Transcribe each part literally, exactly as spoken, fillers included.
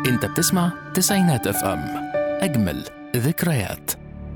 انت بتسمع تسعينات اف ام، اجمل ذكريات.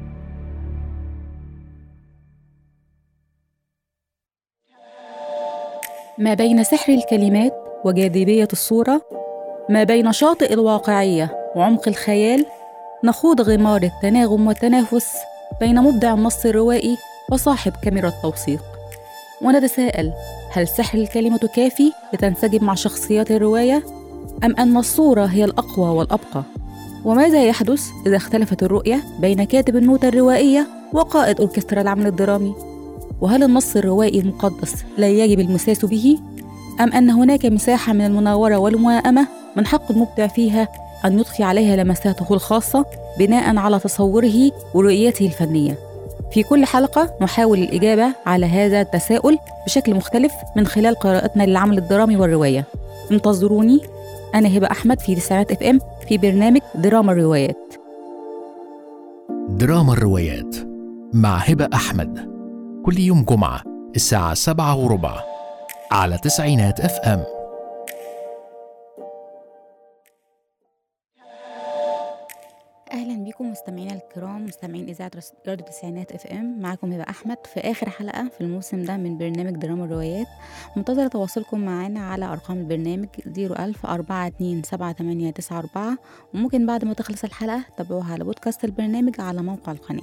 ما بين سحر الكلمات وجاذبية الصورة، ما بين شاطئ الواقعية وعمق الخيال، نخوض غمار التناغم والتنافس بين مبدع النص الروائي وصاحب كاميرا التوثيق، ونتساءل: هل سحر الكلمة كافي لتنسجم مع شخصيات الرواية؟ أم أن الصورة هي الأقوى والأبقى؟ وماذا يحدث إذا اختلفت الرؤية بين كاتب النوتة الروائية وقائد أوركسترا العمل الدرامي؟ وهل النص الروائي المقدس لا يجب المساس به؟ أم أن هناك مساحة من المناورة والموائمة من حق المبدع فيها أن يضفي عليها لمساته الخاصة بناء على تصوره ورؤيته الفنية؟ في كل حلقة نحاول الإجابة على هذا التساؤل بشكل مختلف من خلال قراءتنا للعمل الدرامي والرواية. انتظروني، أنا هبة أحمد في تسعينات اف ام في برنامج دراما الروايات. دراما الروايات مع هبة أحمد، كل يوم جمعة الساعة سبعة وربع على تسعينات اف ام. أهلا بكم مستمعينا الكرام، مستمعين إذاعة راديو تسعينات اف ام. معكم هبة أحمد في آخر حلقة في الموسم ده من برنامج دراما الروايات. منتظرة تواصلكم معنا على أرقام البرنامج صفر ألف أربعة اتنين سبعة تمانية تسعة أربعة، وممكن بعد ما تخلص الحلقة تابعوها على بودكاست البرنامج على موقع القناة.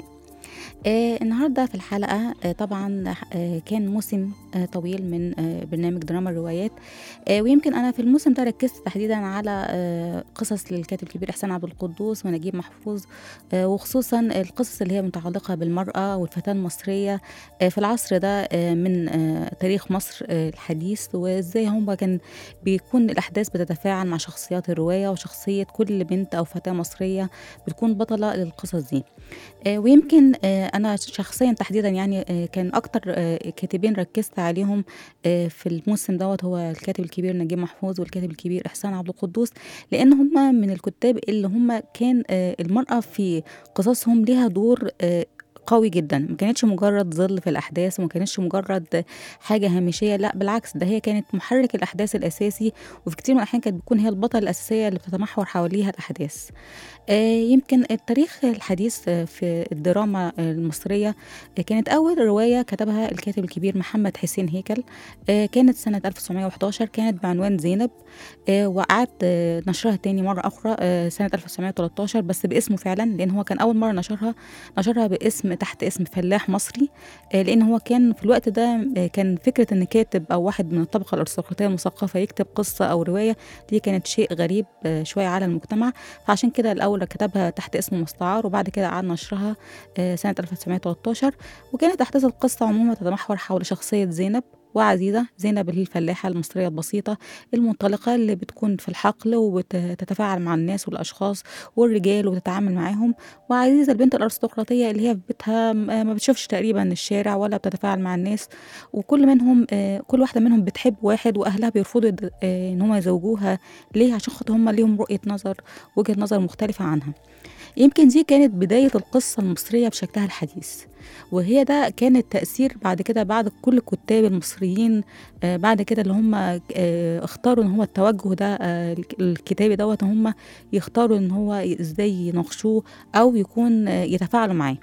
آه النهاردة في الحلقة آه طبعا آه كان موسم آه طويل من آه برنامج دراما الروايات، آه ويمكن أنا في الموسم ده ركزت تحديدا على آه قصص للكاتب الكبير إحسان عبد القدوس ونجيب محفوظ، آه وخصوصا القصص اللي هي متعلقة بالمرأة والفتاة المصرية آه في العصر ده آه من آه تاريخ مصر آه الحديث، وإزاي هم كان بيكون الأحداث بتتفاعل مع شخصيات الرواية وشخصية كل بنت أو فتاة مصرية بتكون بطلة للقصص دي. آه ويمكن آه أنا شخصيا تحديدا يعني آه كان أكتر آه كاتبين ركزت عليهم آه في الموسم دوت هو الكاتب الكبير نجيب محفوظ والكاتب الكبير إحسان عبد القدوس، لأن هم من الكتاب اللي هم كان آه المرأة في قصصهم لها دور آه قوي جدا. ما كانتش مجرد ظل في الأحداث، وما كانتش مجرد حاجة هامشية، لا بالعكس، ده هي كانت محرك الأحداث الأساسي، وفي كتير من الأحيان كانت بتكون هي البطلة الأساسية اللي بتتمحور حواليها الأحداث. آه يمكن التاريخ الحديث آه في الدراما آه المصرية آه كانت أول رواية كتبها الكاتب الكبير محمد حسين هيكل، آه كانت سنة ألف وتسعمائة وإحدى عشر، كانت بعنوان زينب، آه وقعد آه نشرها تاني مرة أخرى آه سنة ألف وتسعمائة وثلاثة عشر بس باسمه فعلا، لأن هو كان أول مرة نشرها نشرها باسم تحت اسم فلاح مصري، آه لأن هو كان في الوقت ده آه كان فكرة أن كاتب أو واحد من الطبقة الأرستقراطية المثقفة يكتب قصة أو رواية دي كانت شيء غريب آه شوية على المجتمع، فعشان كده الأول كتبها تحت اسم مستعار، وبعد كده قعد نشرها آه سنة ألف وتسعمائة وثلاثة عشر. وكانت أحداث القصة عموما تتمحور حول شخصية زينب وعزيزة. زينب اللي هي الفلاحة المصرية البسيطة المنطلقة اللي بتكون في الحقل وبتتفاعل مع الناس والأشخاص والرجال وتتعامل معاهم، وعزيزة البنت الأرستقراطية اللي هي في بيتها ما بتشوفش تقريبا الشارع ولا بتتفاعل مع الناس، وكل منهم آه كل واحدة منهم بتحب واحد، وأهلها بيرفضوا آه إن هم يزوجوها. ليه؟ عشان خاطر هم ليهم رؤية نظر وجهة نظر مختلفة عنها. يمكن دي كانت بداية القصة المصرية بشكلها الحديث، وهي ده كان التأثير بعد كده بعد كل الكتاب المصريين آه بعد كده اللي هم آه اختاروا ان هو التوجه ده آه الكتابي دوت هم يختاروا ان هو ازاي يناقشوه او يكون آه يتفاعلوا معاه.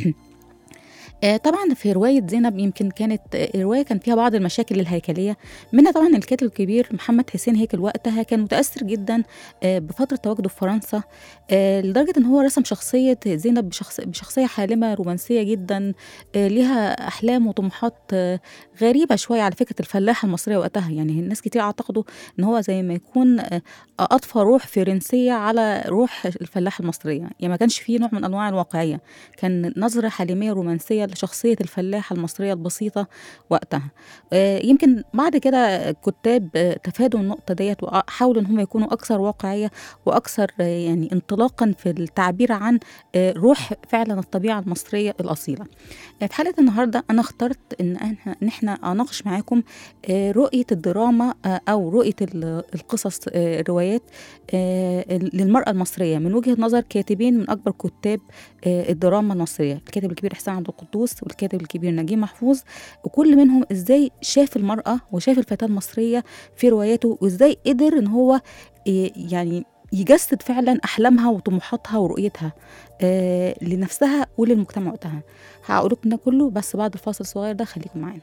آه طبعا في رواية زينب يمكن كانت آه رواية كان فيها بعض المشاكل الهيكلية، منها طبعا الكاتب الكبير محمد حسين هيكل وقتها كان متأثر جدا آه بفترة تواجده في فرنسا، آه لدرجة ان هو رسم شخصية زينب بشخص بشخصية حالمة رومانسية جدا آه لها أحلام وطموحات آه غريبة شوية على فكرة الفلاحة المصرية وقتها. يعني الناس كتير اعتقدوا ان هو زي ما يكون آه أضفى روح فرنسية على روح الفلاحة المصرية، يعني ما كانش فيه نوع من أنواع الواقعية، كان نظرة حالمية رومانسية لشخصية الفلاحة المصرية البسيطة وقتها. آه يمكن بعد كده كتاب آه تفادوا النقطة ديت وحاولوا ان هم يكونوا اكثر واقعية واكثر آه يعني انطلاقا في التعبير عن آه روح فعلا الطبيعة المصرية الأصيلة. آه في حلقة النهاردة انا اخترت ان احنا ان احنا اناقش معاكم آه رؤية الدراما آه او رؤية القصص آه الروايات آه للمرأة المصرية من وجهة نظر كاتبين من اكبر كتاب آه الدراما المصرية، الكاتب الكبير إحسان عبد القدوس والكاتب الكبير نجيب محفوظ، وكل منهم ازاي شاف المرأة وشاف الفتاة المصرية في رواياته، وازاي قدر ان هو يعني يجسد فعلا أحلامها وطموحاتها ورؤيتها آه لنفسها وللمجتمع وقتها. هقول لكم ده كله بس بعد الفاصل الصغير ده، خليكم معانا.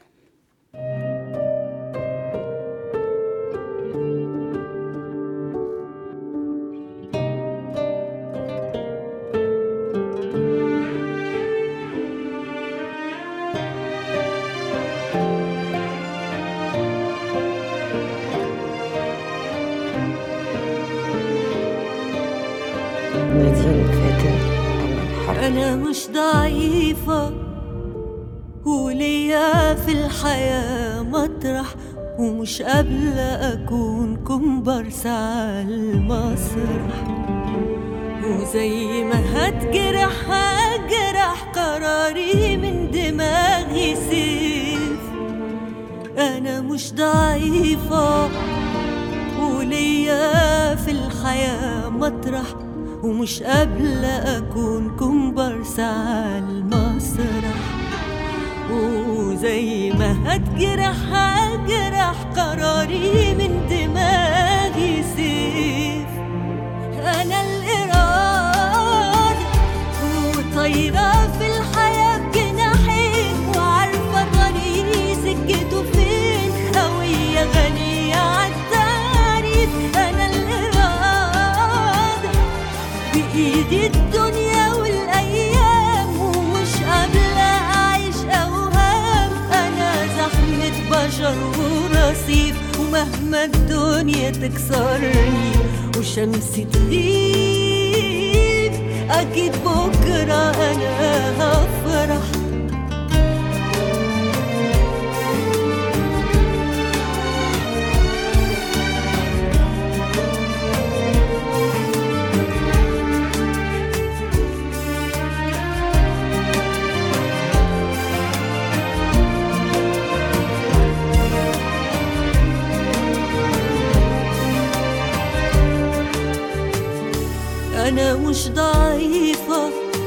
مدينة فاتن أول حرف. أنا مش ضعيفة وليا في الحياة مطرح، ومش قابلة أكون كومبارس على المسرح، وزي ما هتجرح هجرح قراري من دماغي سيف. أنا مش ضعيفة وليا في الحياة مطرح، ومش قابلة أكون كومبارس على المسرح، وزي ما هتجرح هجرح قراري من دماغي سيف. أنا الإرادة وطايرة في الحياة بجناحين، وعارفة طريقي سكته فين، هوية غنية عالتعريف. أنا الإرادة بإيدي الدنيا والأيام، ومش قابلة أعيش أوهام. أنا زحمة بشر ورصيف، ومهما الدنيا تكسرني وشمسي تغيب، أكيد بكرة أنا هفرح. أنا مش ضعيفة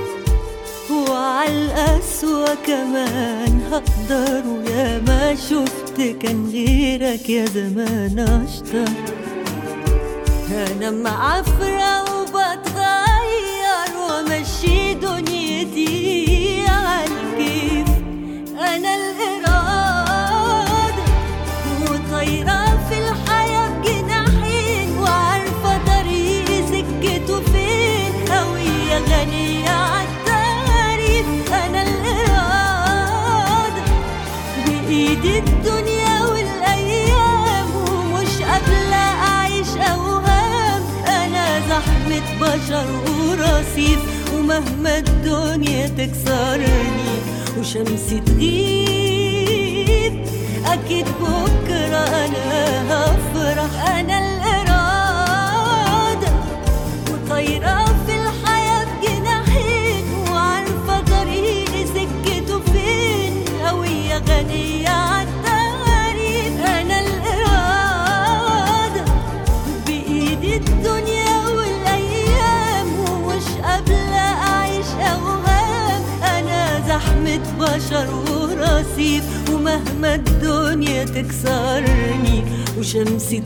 وعالقسوة كمان هقدر، ويا ما شفت كان غيرك يا زمان أشطر. أنا معفرة وبتغير ومشي دنيتي عالكيف. أنا الإرادة وطايرة في الحياة بجناحين، وعارفة طريقي سكته فين، هوية غنية عالتعريف. أنا الإرادة بإيدي الدنيا والأيام، ومش قابلة أعيش أوهام. أنا زحمة بشر ورصيف، ومهما الدنيا تكسرني وشمسي تغيب، أكيد بكرة أنا هفرح. أنا الإرادة وطايرة في الحياة بجناحين، وعارفة طريقي سكته فين، هوية غنية عالتعريف. أنا الإرادة بإيدي الدنيا والأيام، ومش قابلة أعيش أوهام. أنا زحمة بشر ورصيف، ومهما الدنيا تكسرني وشمسي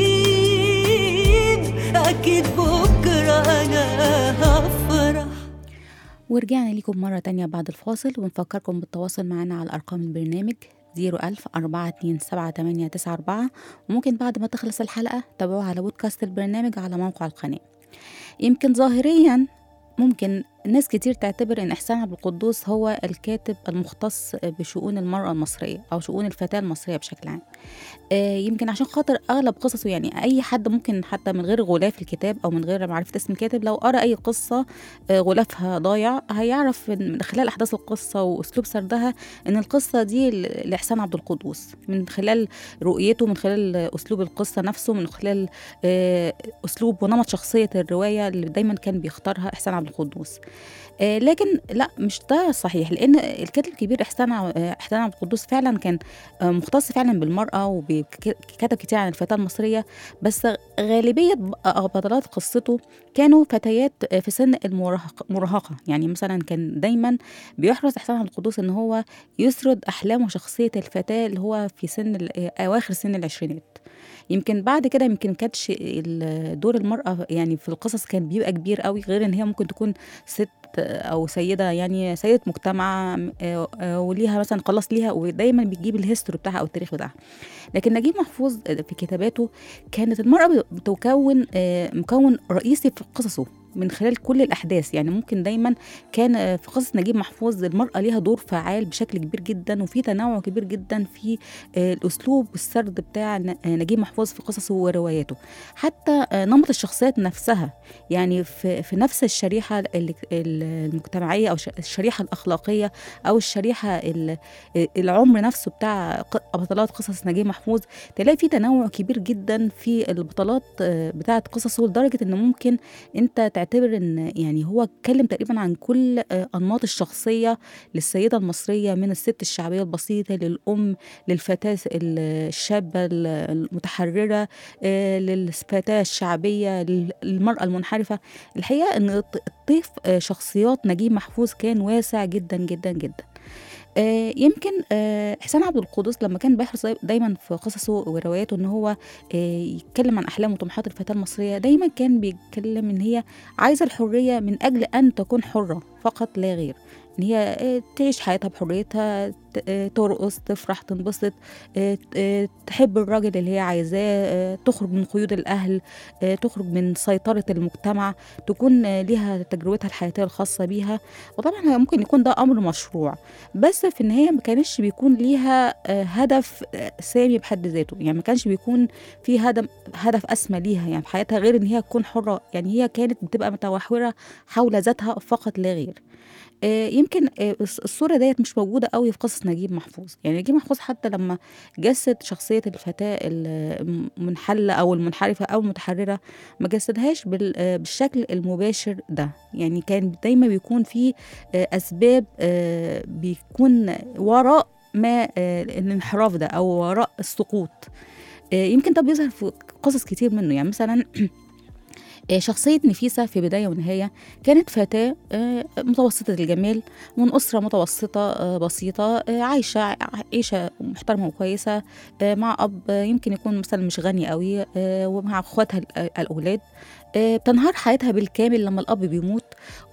تغيب، أكيد بكرة أنا هفرح. ورجعنا لكم مرة تانية بعد الفاصل، ونفكركم بالتواصل معنا على أرقام البرنامج زيرو ألف أربعة اتنين سبعة تمانية تسعة أربعة، وممكن بعد ما تخلص الحلقة تابعوها على بودكاست البرنامج على موقع القناة. يمكن ظاهريا ممكن ناس كتير تعتبر ان إحسان عبد القدوس هو الكاتب المختص بشؤون المرأة المصرية او شؤون الفتاة المصرية بشكل عام. آه يمكن عشان خاطر اغلب قصصه، يعني اي حد ممكن حتى من غير غلاف الكتاب او من غير معرفة اسم الكاتب، لو قرأ اي قصة آه غلافها ضايع، هيعرف من خلال احداث القصة واسلوب سردها ان القصة دي لإحسان عبد القدوس، من خلال رؤيته، من خلال اسلوب القصة نفسه، من خلال آه اسلوب ونمط شخصية الرواية اللي دايما كان بيختارها إحسان عبد القدوس. آه لكن لا، مش ده صحيح، لان الكاتب الكبير إحسان إحسان عبد القدوس فعلا كان آه مختص فعلا بالمرأة، وكتب كتير عن الفتاة المصرية، بس غالبية بطلات قصته كانوا فتيات في سن المراهقة. يعني مثلا كان دايما بيحرص إحسان عبد القدوس ان هو يسرد احلام وشخصية الفتاة اللي هو في سن اواخر سن العشرينات. يمكن بعد كده يمكن كانتش ال- دور المرأة يعني في القصص كان بيبقى كبير قوي، غير ان هي ممكن تكون ست او سيدة، يعني سيدة مجتمع آه، آه، وليها مثلا خلاص ليها، ودايما بتجيب الهيستوري بتاعها او التاريخ بتاعها. لكن نجيب محفوظ في كتاباته كانت المرأة بتكون آه، مكون رئيسي في قصصه من خلال كل الأحداث. يعني ممكن دايما كان آه، في قصص نجيب محفوظ المرأة ليها دور فعال بشكل كبير جدا، وفي تنوع كبير جدا في آه، الأسلوب والسرد بتاع ن- آه، نجيب محفوظ في قصصه ورواياته. حتى آه، نمط الشخصيات نفسها، يعني في, في نفس الشريحة ال- ال- المجتمعية أو ش- الشريحة الأخلاقية أو الشريحة ال- العمر نفسه بتاع ق- بطلات قصص نجيب محفوظ، تلاقي في تنوع كبير جدا في البطلات آه، بتاعة قصصه، لدرجة إن ممكن أنت تعتبر إن يعني هو اتكلم تقريبا عن كل آه، أنماط الشخصية للسيدة المصرية، من الست الشعبية البسيطة للأم، للفتاة ال- الشابة ال- المتحررة، آه، للفتاة الشعبية، للمرأة المنحرفة. الحقيقة إن الط- الطيف آه، شخصيات نجيب محفوظ كان واسع جدا جدا جدا. آه، يمكن آه، حسين عبد القدوس لما كان بيحرص داي- دايما في قصصه ورواياته ان هو آه، يتكلم عن احلام وطموحات الفتاه المصريه، دايما كان بيتكلم ان هي عايزه الحريه من اجل ان تكون حره فقط لا غير، ان هي آه، تعيش حياتها بحريتها، ت- آه، ترقص، تفرح، تنبسط، آه، آه، تحب الراجل اللي هي عايزاه، آه، تخرج من قيود الاهل، آه، تخرج من سيطره المجتمع، تكون آه، ليها تجربتها الحياتيه الخاصه بيها. وطبعا هي ممكن يكون ده امر مشروع، بس في النهاية ما كانش بيكون ليها آه، هدف آه، سامي بحد ذاته. يعني ما كانش بيكون في هدف هدف أسمى ليها يعني في حياتها غير إن هي تكون حرة. يعني هي كانت بتبقى متوحورة حول ذاتها فقط لا غير. آه، يمكن آه، الص- الصورة ديت مش موجودة قوي في قصص نجيب محفوظ. يعني نجيب محفوظ حتى لما جسد شخصية الفتاة المنحلة أو المنحرفة أو المتحررة، ما جسدهاش بال- آه، بالشكل المباشر ده. يعني كان دايما بيكون في آه، أسباب آه، بيكون وراء ما آه، الانحراف ده أو وراء السقوط. آه، يمكن ده بيظهر في قصص كتير منه. يعني مثلا آه، شخصية نفيسة في بداية ونهاية كانت فتاة آه، متوسطة الجمال، من أسرة متوسطة آه، بسيطة، آه، عايشة ع- عيشة محترمة وكويسة، آه، مع أب آه، يمكن يكون مثلا مش غني قوي، آه، ومع أخواتها ال- آه، الأولاد. آه، بتنهار حياتها بالكامل لما الأب بيموت،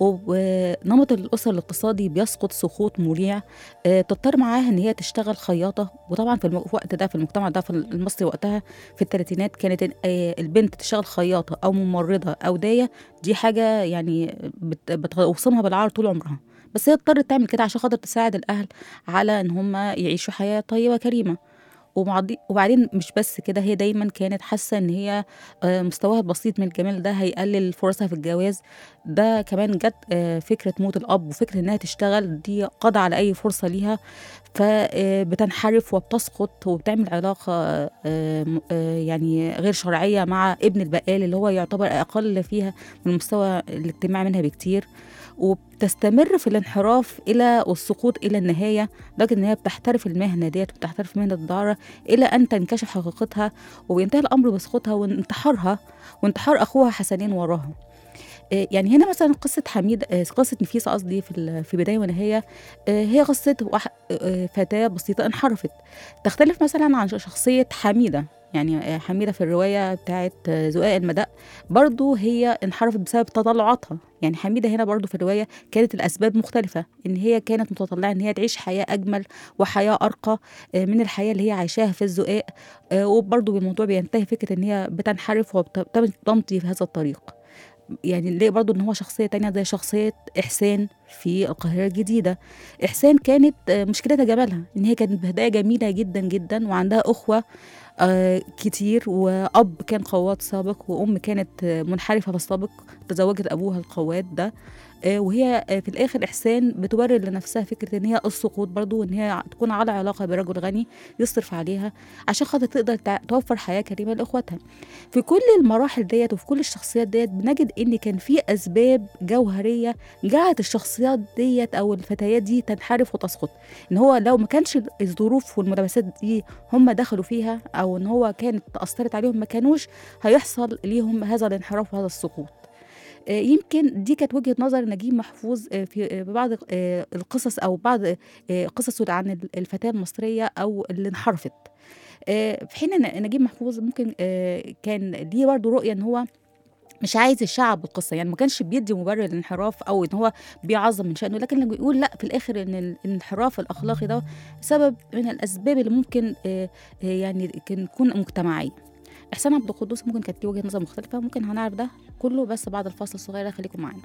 ونمط الأسرة الاقتصادي بيسقط سقوط مريع. آه، بتضطر معاها إن هي تشتغل خياطة. وطبعا في الم- في الوقت ده، في المجتمع ده، في المصري وقتها في الثلاثينات، كانت ال- آه، البنت تشتغل خياطة أو ممرضة أو داية، دي حاجة يعني بت- بتوصمها بالعار طول عمرها. بس هي اضطرت تعمل كده عشان خاطر تساعد الأهل على إن هم يعيشوا حياة طيبة كريمة. ومعضي- وبعدين مش بس كده، هي دايما كانت حاسة إن هي آه، مستواها البسيط من الجمال ده هيقلل فرصها في الجواز. ده كمان جت آه، فكرة موت الأب وفكرة إنها تشتغل، دي قضى على أي فرصة ليها. فبتنحرف وبتسقط وبتعمل علاقة آه، م- آه، يعني غير شرعية مع ابن البقال، اللي هو يعتبر أقل فيها من المستوى الاجتماعي منها بكتير. وبتستمر في الانحراف إلى والسقوط إلى النهاية، لدرجة إن هي بتحترف المهنة ديت وبتحترف مهنة الدعارة إلى أن تنكشف حقيقتها، وبينتهي الأمر بسقوطها وانتحارها وانتحار أخوها حسنين وراها. آه، يعني هنا مثلا قصة حميد آه، قصة نفيسة قصدي في ال- في بداية ونهاية، آه، هي قصة واح- آه، فتاة بسيطة انحرفت. تختلف مثلا عن شخصية حميدة. يعني آه، حميدة في الرواية بتاعت آه، زقاق المداء برضو هي انحرفت بسبب تطلعاتها. يعني حميدة هنا برضو في الرواية كانت الأسباب مختلفة، إن هي كانت متطلعة إن هي تعيش حياة أجمل وحياة أرقى آه، من الحياة اللي هي عايشاها في الزقاق. آه، وبرضو بالموضوع بينتهي فكرة إن هي بتنحرف وبتمضي في هذا الطريق. يعني نلاقي برضو ان هو شخصيه تانية زي شخصيه احسان في القاهره الجديده. احسان كانت آه، مشكلتها جمالها، ان هي كانت بهدايه جميله جدا جدا، وعندها اخوه آه كتير، واب كان قواد سابق، وام كانت آه، منحرفه في السابق، تزوجت ابوها القواد ده. آه وهي آه في الاخر احسان بتبرر لنفسها فكره ان هي السقوط برضو، وان هي تكون على علاقه برجل غني يصرف عليها عشان خاطر تقدر تع- توفر حياه كريمه لاخواتها. في كل المراحل ديت وفي كل الشخصيات ديت بنجد ان كان في اسباب جوهريه جعلت الشخصيات ديت او الفتيات دي تنحرف وتسقط. ان هو لو ما كانش الظروف والملابسات دي هم دخلوا فيها، او ان هو كانت اثرت عليهم، ما كانوش هيحصل ليهم هذا الانحراف وهذا السقوط. آه، يمكن دي كانت وجهة نظر نجيب محفوظ آه، في آه، بعض آه، القصص او بعض آه، قصصه عن الفتاة المصرية او اللي انحرفت. آه، في حين ان نجيب محفوظ ممكن آه، كان ليه برضه رؤيه ان هو مش عايز الشعب بالقصه، يعني ما كانش بيدي مبرر للانحراف او ان هو بيعظم من شانه، لكن لما بيقول لا في الاخر ان الانحراف الاخلاقي ده سبب من الاسباب اللي ممكن آه، آه، يعني كان تكون مجتمعيه. احسان عبد القدوس ممكن كانت ليه وجهه نظر مختلفه، ممكن هنعرف ده كله بس بعد الفاصل الصغير ده، خليكم معانا.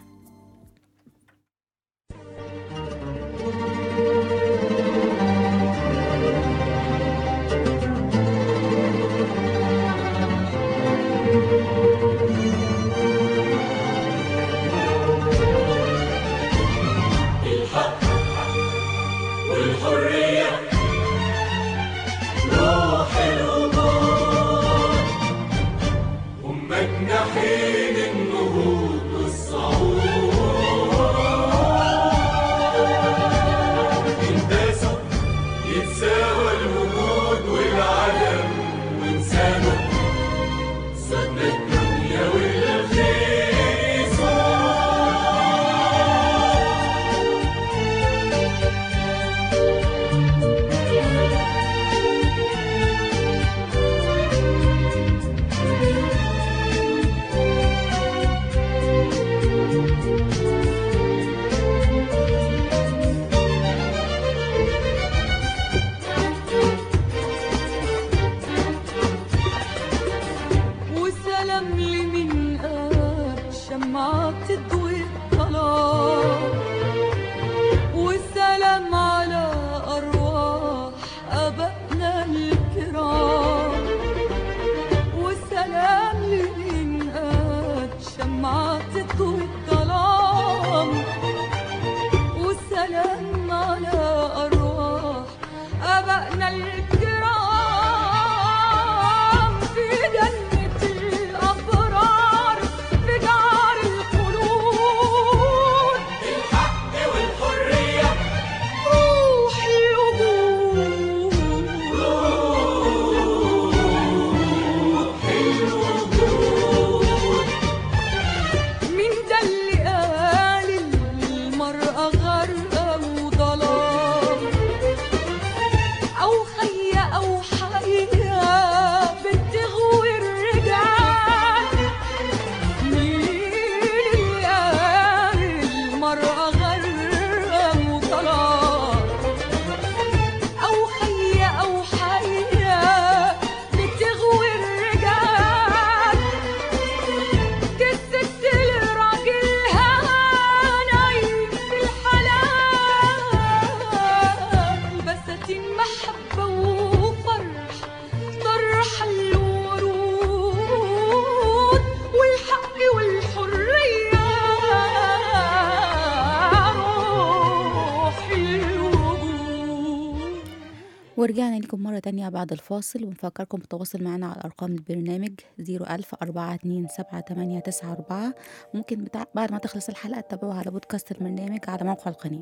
ورجعنا لكم مرة تانية بعد الفاصل، ونفكركم بالتواصل معنا على أرقام البرنامج صفر ألف أربعة اتنين سبعة تمانية تسعة أربعة. ممكن بتاع بعد ما تخلص الحلقة تتابعوها على بودكاست البرنامج على موقع القناة.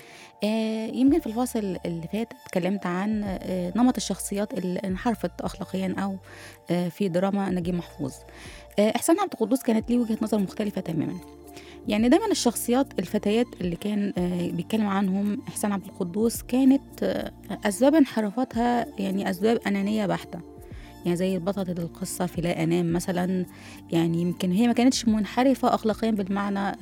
آه يمكن في الفاصل اللي فات اتكلمت عن آه نمط الشخصيات اللي انحرفت أخلاقيا أو آه في دراما نجيب محفوظ. آه إحسان عبد القدوس كانت ليه وجهة نظر مختلفة تماما. يعني دايما الشخصيات الفتيات اللي كان آه بيتكلم عنهم إحسان عبد القدوس كانت آه أسباب انحرافاتها يعني أسباب أنانية بحتة، يعني زي بطلة القصة في لا أنام مثلا. يعني يمكن هي ما كانتش منحرفة أخلاقيا بالمعنى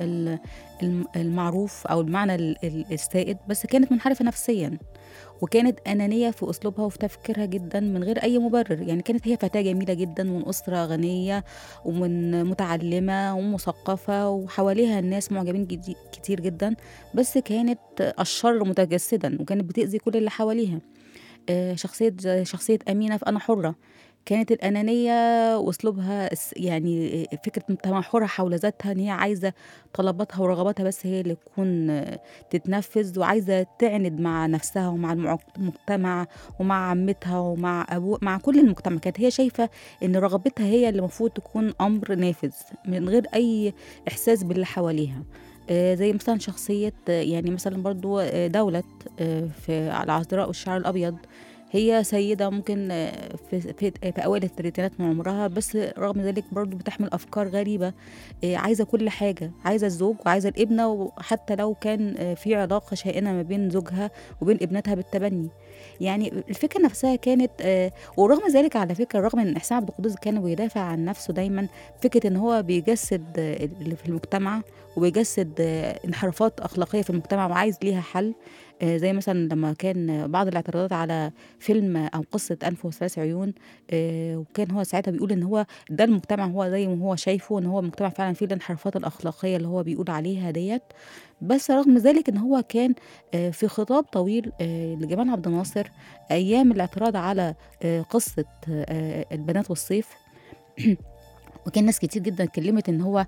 المعروف أو المعنى السائد، بس كانت منحرفة نفسيا، وكانت أنانية في أسلوبها وفي تفكيرها جدا من غير أي مبرر. يعني كانت هي فتاة جميلة جدا من أسرة غنية ومن متعلمة ومثقفة وحواليها الناس معجبين كتير جدا، بس كانت الشر متجسدا وكانت بتأذي كل اللي حواليها. شخصية شخصية أمينة في أنا حرة، كانت الأنانية وأسلوبها يعني فكرة تمحورها حول ذاتها، إن هي عايزة طلباتها ورغباتها بس هي اللي تكون تتنفذ، وعايزة تعند مع نفسها ومع المجتمع ومع عمتها ومع أبوه مع كل المجتمع. كانت هي شايفة إن رغبتها هي اللي المفروض تكون أمر نافذ من غير أي إحساس باللي حواليها. آه زي مثلا شخصية آه يعني مثلا برضو آه دولة آه في العذراء والشعر الأبيض، هي سيدة ممكن في, في, في أوائل الثلاثينات من عمرها، بس رغم ذلك برضو بتحمل أفكار غريبة، عايزة كل حاجة، عايزة الزوج وعايزة الابنة، وحتى لو كان في علاقة شائنة ما بين زوجها وبين ابنتها بالتبني. يعني الفكرة نفسها كانت آه ورغم ذلك على فكرة، رغم ان إحسان عبد القدوس كان بيدافع عن نفسه دايما، فكرة ان هو بيجسد آه اللي في المجتمع، وبيجسد آه انحرافات أخلاقية في المجتمع وعايز ليها حل. آه زي مثلا لما كان بعض الاعتراضات على فيلم أو قصة أنف وثلاث عيون، آه وكان هو ساعتها بيقول ان هو ده المجتمع هو زي ما هو شايفه، ان هو المجتمع فعلا فيه الانحرافات الأخلاقية اللي هو بيقول عليها ديت. بس رغم ذلك ان هو كان في خطاب طويل لجمال عبد الناصر ايام الاعتراض على قصة البنات والصيف وكان ناس كتير جدا اتكلمت ان هو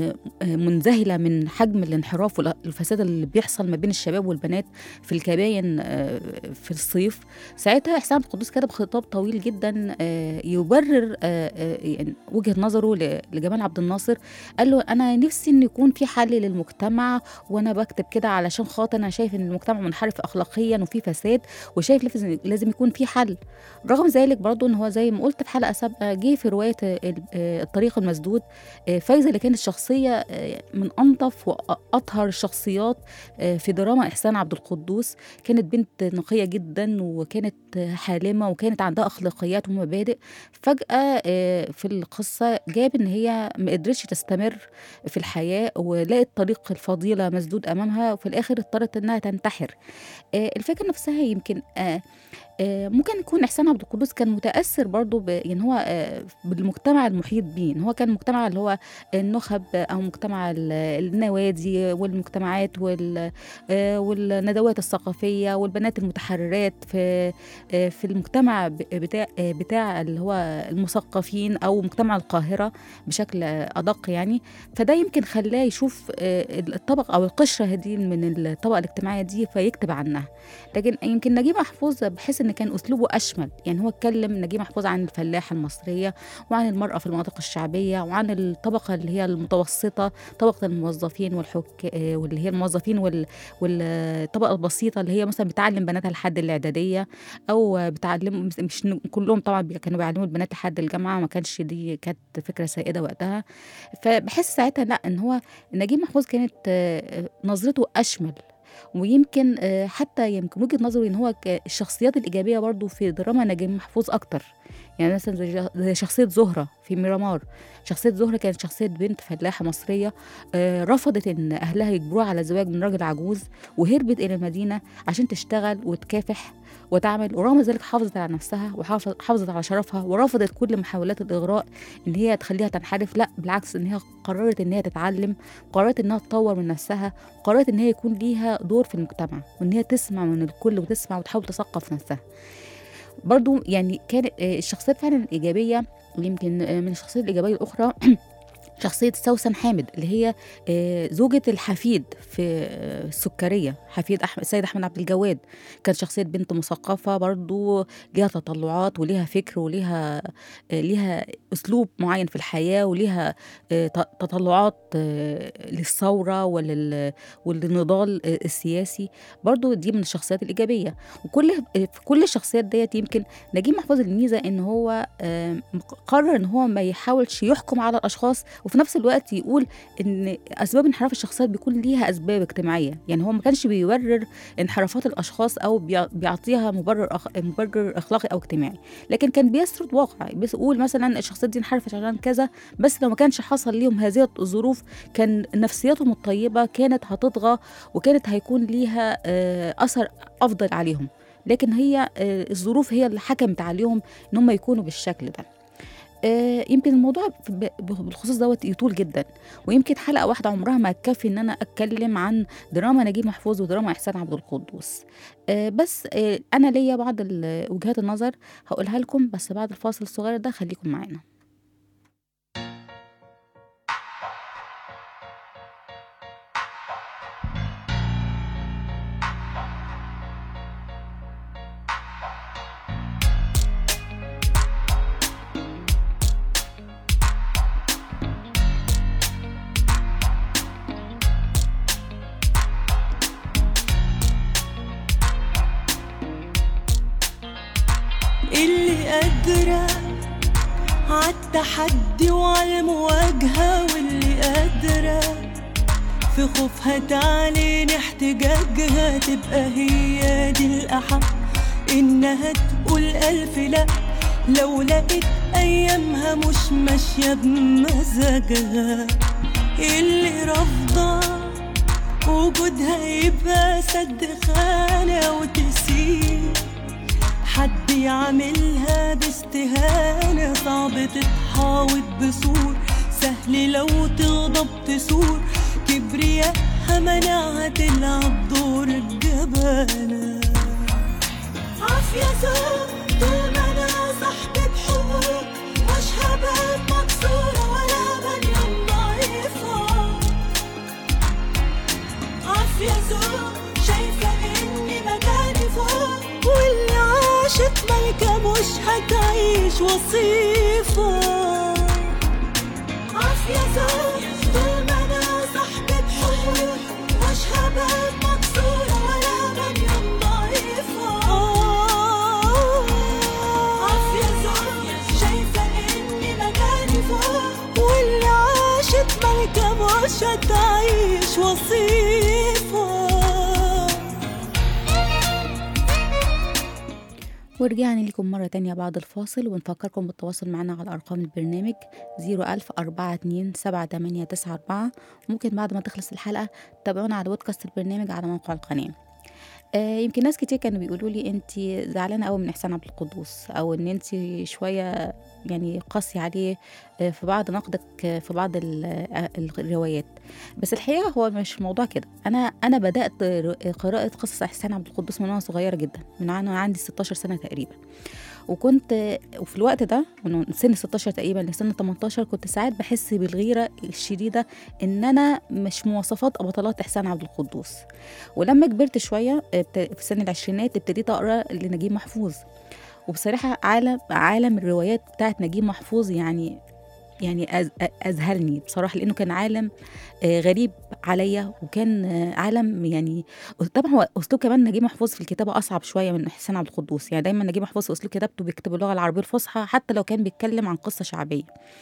منذهله من حجم الانحراف والفساد اللي بيحصل ما بين الشباب والبنات في الكباين في الصيف. ساعتها إحسان عبد القدوس كتب خطاب طويل جدا يبرر يعني وجهه نظره لجمال عبد الناصر. قال له انا نفسي ان يكون في حل للمجتمع، وانا بكتب كده علشان خاطر انا شايف ان المجتمع منحرف اخلاقيا وفي فساد، وشايف لازم يكون في حل. رغم ذلك برضو ان هو زي ما قلت في حلقه سابقه، جه في روايه الطريق المسدود فايزة اللي كانت شخصية من أنظف وأطهر الشخصيات في دراما إحسان عبد القدوس. كانت بنت نقية جدا، وكانت حالمة، وكانت عندها أخلاقيات ومبادئ. فجأة في القصة جاب إن هي ما قدرتش تستمر في الحياة، ولقت طريق الفضيلة مسدود أمامها، وفي الآخر اضطرت إنها تنتحر. الفكرة نفسها يمكن ممكن يكون إحسان عبد القدوس كان متأثر برضو ب... يعني هو بالمجتمع المحيط بيه، إن هو كان مجتمع اللي هو النخب أو مجتمع النوادي والمجتمعات وال... والندوات الثقافية والبنات المتحررات في في المجتمع بتاع بتاع اللي هو المثقفين أو مجتمع القاهرة بشكل أدق يعني. فده يمكن خلاه يشوف الطبقة أو القشرة دي من الطبقة الاجتماعية دي فيكتب عنها. لكن يمكن نجيب محفوظ بحس ان كان اسلوبه اشمل، يعني هو اتكلم نجيب محفوظ عن الفلاحه المصريه، وعن المراه في المناطق الشعبيه، وعن الطبقه اللي هي المتوسطه، طبقه الموظفين والحك واللي هي الموظفين وال... والطبقه البسيطه اللي هي مثلا بتعلم بناتها لحد الاعداديه، او بتعلم مش كلهم طبعا كانوا بيعلموا البنات لحد الجامعه، ما كانش دي كانت فكره سائده وقتها. فبحس ساعتها لا ان هو نجيب محفوظ كانت نظرته اشمل، ويمكن حتى يمكن وجهة نظري ان هو الشخصيات الإيجابية برضو في دراما نجيب محفوظ أكتر. يعني مثلا زي شخصية زهرة في ميرامار. شخصية زهرة كانت شخصية بنت فلاحة مصرية رفضت ان أهلها يجبروها على الزواج من راجل عجوز، وهربت إلى المدينة عشان تشتغل وتكافح وتعمل، ورغم ذلك حافظت على نفسها وحافظت على شرفها، ورفضت كل محاولات الإغراء ان هي تخليها تنحرف. لا بالعكس، ان هي قررت ان هي تتعلم، قررت انها تطور من نفسها، قررت ان هي يكون ليها دور في المجتمع، وان هي تسمع من الكل وتسمع وتحاول تثقف نفسها. برضو يعني كانت الشخصيات فعلا الإيجابية. يمكن من الشخصيات الإيجابية الأخرى شخصية سوسن حامد اللي هي زوجة الحفيد في السكرية، حفيد أحمد السيد أحمد عبد الجواد. كانت شخصية بنت مثقفة برضو، ليها تطلعات وليها فكر وليها ليها أسلوب معين في الحياة، وليها تطلعات للثورة وللنضال السياسي. برضو دي من الشخصيات الإيجابية. وكل في كل الشخصيات ديت يمكن نجيب محفوظ الميزة إن هو قرر إن هو ما يحاولش يحكم على الأشخاص، وفي نفس الوقت يقول ان اسباب انحراف الشخصيات بيكون ليها اسباب اجتماعيه. يعني هو ما كانش بيبرر انحرافات الاشخاص او بيعطيها مبرر أخ... مبرر اخلاقي او اجتماعي، لكن كان بيسرد واقع، بيقول مثلا الشخصيات دي انحرفت عشان كذا، بس لو ما كانش حصل ليهم هذه الظروف كان نفسياتهم الطيبه كانت هتطغى، وكانت هيكون ليها اثر افضل عليهم. لكن هي الظروف هي اللي حكمت عليهم ان هم يكونوا بالشكل ده. آه يمكن الموضوع بالخصوص دوت يطول جدا، ويمكن حلقة واحدة عمرها ما تكفي ان انا اتكلم عن دراما نجيب محفوظ ودراما إحسان عبد القدوس. آه بس آه انا ليا بعض وجهات النظر هقولها لكم، بس بعد الفاصل الصغير ده خليكم معانا. قادرة عالتحدي وعالمواجهة، واللي قادرة في خوفها تعلن احتجاجها، تبقى هي دي الأحق إنها تقول ألف لأ لو لقيت أيامها مش ماشية بمزاجها. اللي رافضة وجودها يبقى سد خانة وتسيب حد يعملها باستهانة، صعب تتحاوط بسور، سهل لو تغضب تسور، كبرياءها منعها تلعب دور الجبانة. عافية زوج طول ما أنا صاحبة حقوق، مش هبقى مكسورة ولا بنيان ضعيفة. عافية زوج شايفة إني مكاني فوق، واللي عاشت ملكة مش هتعيش وصيفة. عافية زوج طول ما أنا صاحبة حقوق، مش هبقى مكسورة ولا بنيان ضعيفة. عافية زوج شايفة إني مكاني فوق، واللي عاشت ملكة مش هتعيش وصيفة. ورجعنا لكم مرة تانية بعد الفاصل، ونفكركم بالتواصل معنا على أرقام البرنامج زيرو ألف أربعة اتنين سبعة تمانية تسعة أربعة. ممكن بعد ما تخلص الحلقة تتابعونا على بودكاست البرنامج على موقع القناة. آه يمكن ناس كتير كانوا بيقولوا لي انت زعلانه قوي من احسان عبد القدوس، او ان انت شويه يعني قاسي عليه آه في بعض نقدك آه في بعض آه الروايات. بس الحقيقه هو مش موضوع كده. انا انا بدات قراءه قصص احسان عبد القدوس من وانا صغيره جدا، من انا عندي ستاشر سنه تقريبا. وكنت وفي الوقت ده من سن ستاشر تقريبا لسن تمنتاشر كنت ساعات بحس بالغيره الشديده ان انا مش مواصفات او بطلات احسان عبد القدوس. ولما كبرت شويه في سن العشرينات ابتديت اقرا لنجيب محفوظ، وبصراحه عالم عالم الروايات بتاعت نجيب محفوظ يعني يعني أذهلني بصراحة، لأنه كان عالم غريب عليا، وكان عالم يعني طبعا هو أسلوب كمان نجيب محفوظ في الكتابة أصعب شوية من إحسان عبد القدوس. يعني دايما نجيب محفوظ في أسلوب كتابته بيكتب اللغة العربية الفصحى حتى لو كان بيتكلم عن قصة شعبية.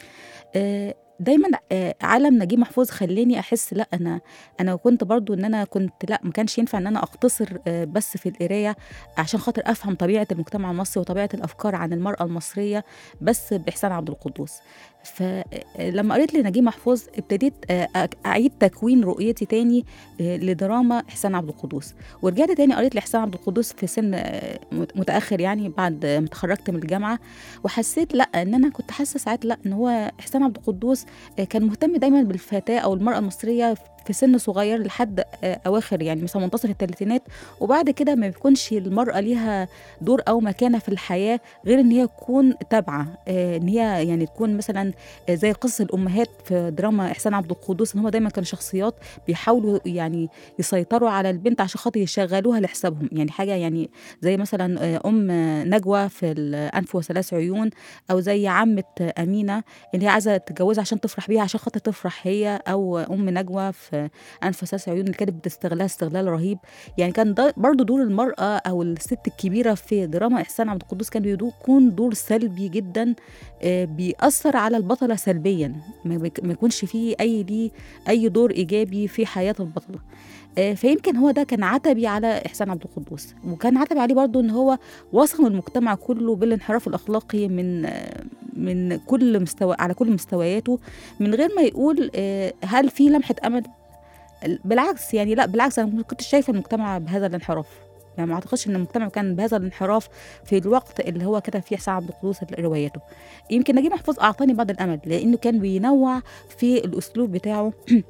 دايما عالم نجيب محفوظ خلاني احس لا انا انا كنت برضو ان انا كنت لا ما كانش ينفع ان انا اقتصر بس في القرايه عشان خاطر افهم طبيعه المجتمع المصري وطبيعه الافكار عن المراه المصريه بس باحسان عبد القدوس. فلما قريت لنجيب محفوظ ابتديت اعيد تكوين رؤيتي تاني لدراما احسان عبد القدوس، ورجعت تاني قريت لاحسان عبد القدوس في سن متاخر يعني بعد ما اتخرجت من الجامعه، وحسيت لا ان انا كنت حاسه ساعات لا ان هو احسان عبد القدوس كان مهتم دايما بالفتاه او المراه المصريه في سن صغير لحد اواخر يعني مثلا منتصف الثلاثينات، وبعد كده ما بيكونش المراه ليها دور او مكانه في الحياه غير ان هي تكون تابعه، ان هي يعني تكون مثلا زي قصص الامهات في دراما احسان عبد القدوس، ان هم دايما كانوا شخصيات بيحاولوا يعني يسيطروا على البنت عشان خاطر يشغلوها لحسابهم، يعني حاجه يعني زي مثلا ام نجوى في الانف وثلاث عيون، او زي عمه امينه اللي هي عايزه تتجوزها عشان تفرح بيها عشان خاطر تفرح هي، او ام نجوى في انف وثلاث عيون اللي كانت بتستغلها استغلال رهيب. يعني كان برضو دور المراه او الست الكبيره في دراما احسان عبد القدوس كان بيكون دور سلبي جدا بيأثر على البطله سلبيا، ما يكونش فيه اي ليه اي دور ايجابي في حياه البطله. فيمكن هو ده كان عتبي على احسان عبد القدوس، وكان عتبي عليه برضو ان هو وصم المجتمع كله بالانحراف الاخلاقي من من كل مستوى على كل مستوياته، من غير ما يقول هل في لمحه امل. بالعكس يعني لا بالعكس انا كنت شايفه المجتمع بهذا الانحراف، يعني ما اعتقدش ان المجتمع كان بهذا الانحراف في الوقت اللي هو كتب فيه احسان عبد القدوس رواياته. يمكن نجيب محفوظ اعطاني بعض الامل لانه كان بينوع في الاسلوب بتاعه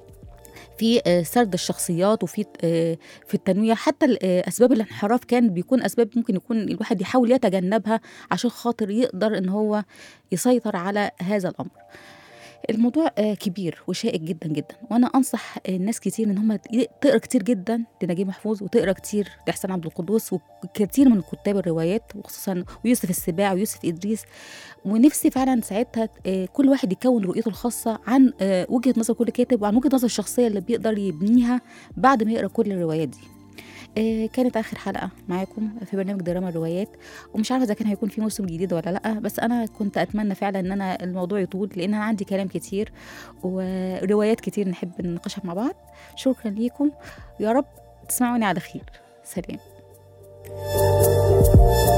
في سرد الشخصيات وفي في التنويع، حتى اسباب الانحراف كان بيكون اسباب ممكن يكون الواحد يحاول يتجنبها عشان خاطر يقدر ان هو يسيطر على هذا الامر. الموضوع كبير وشائك جدا جدا، وانا انصح الناس كتير ان هم تقرا كتير جدا لنجيب محفوظ وتقرا كتير لاحسان عبد القدوس وكتير من كتاب الروايات، وخصوصا ويوسف السباع ويوسف ادريس. ونفسي فعلا ساعتها كل واحد يكون رؤيته الخاصه عن وجهه نظر كل كاتب وعن وجهه نظر الشخصيه اللي بيقدر يبنيها بعد ما يقرا كل الروايات دي. آه، كانت آخر حلقة معاكم في برنامج دراما الروايات، ومش عارفة إذا كان هيكون في موسم جديد ولا لأ، بس أنا كنت أتمنى فعلا إن أنا الموضوع يطول، لأن أنا عندي كلام كتير وروايات كتير نحب نناقشها مع بعض. شكرا ليكم، يا رب تسمعوني على خير. سلام.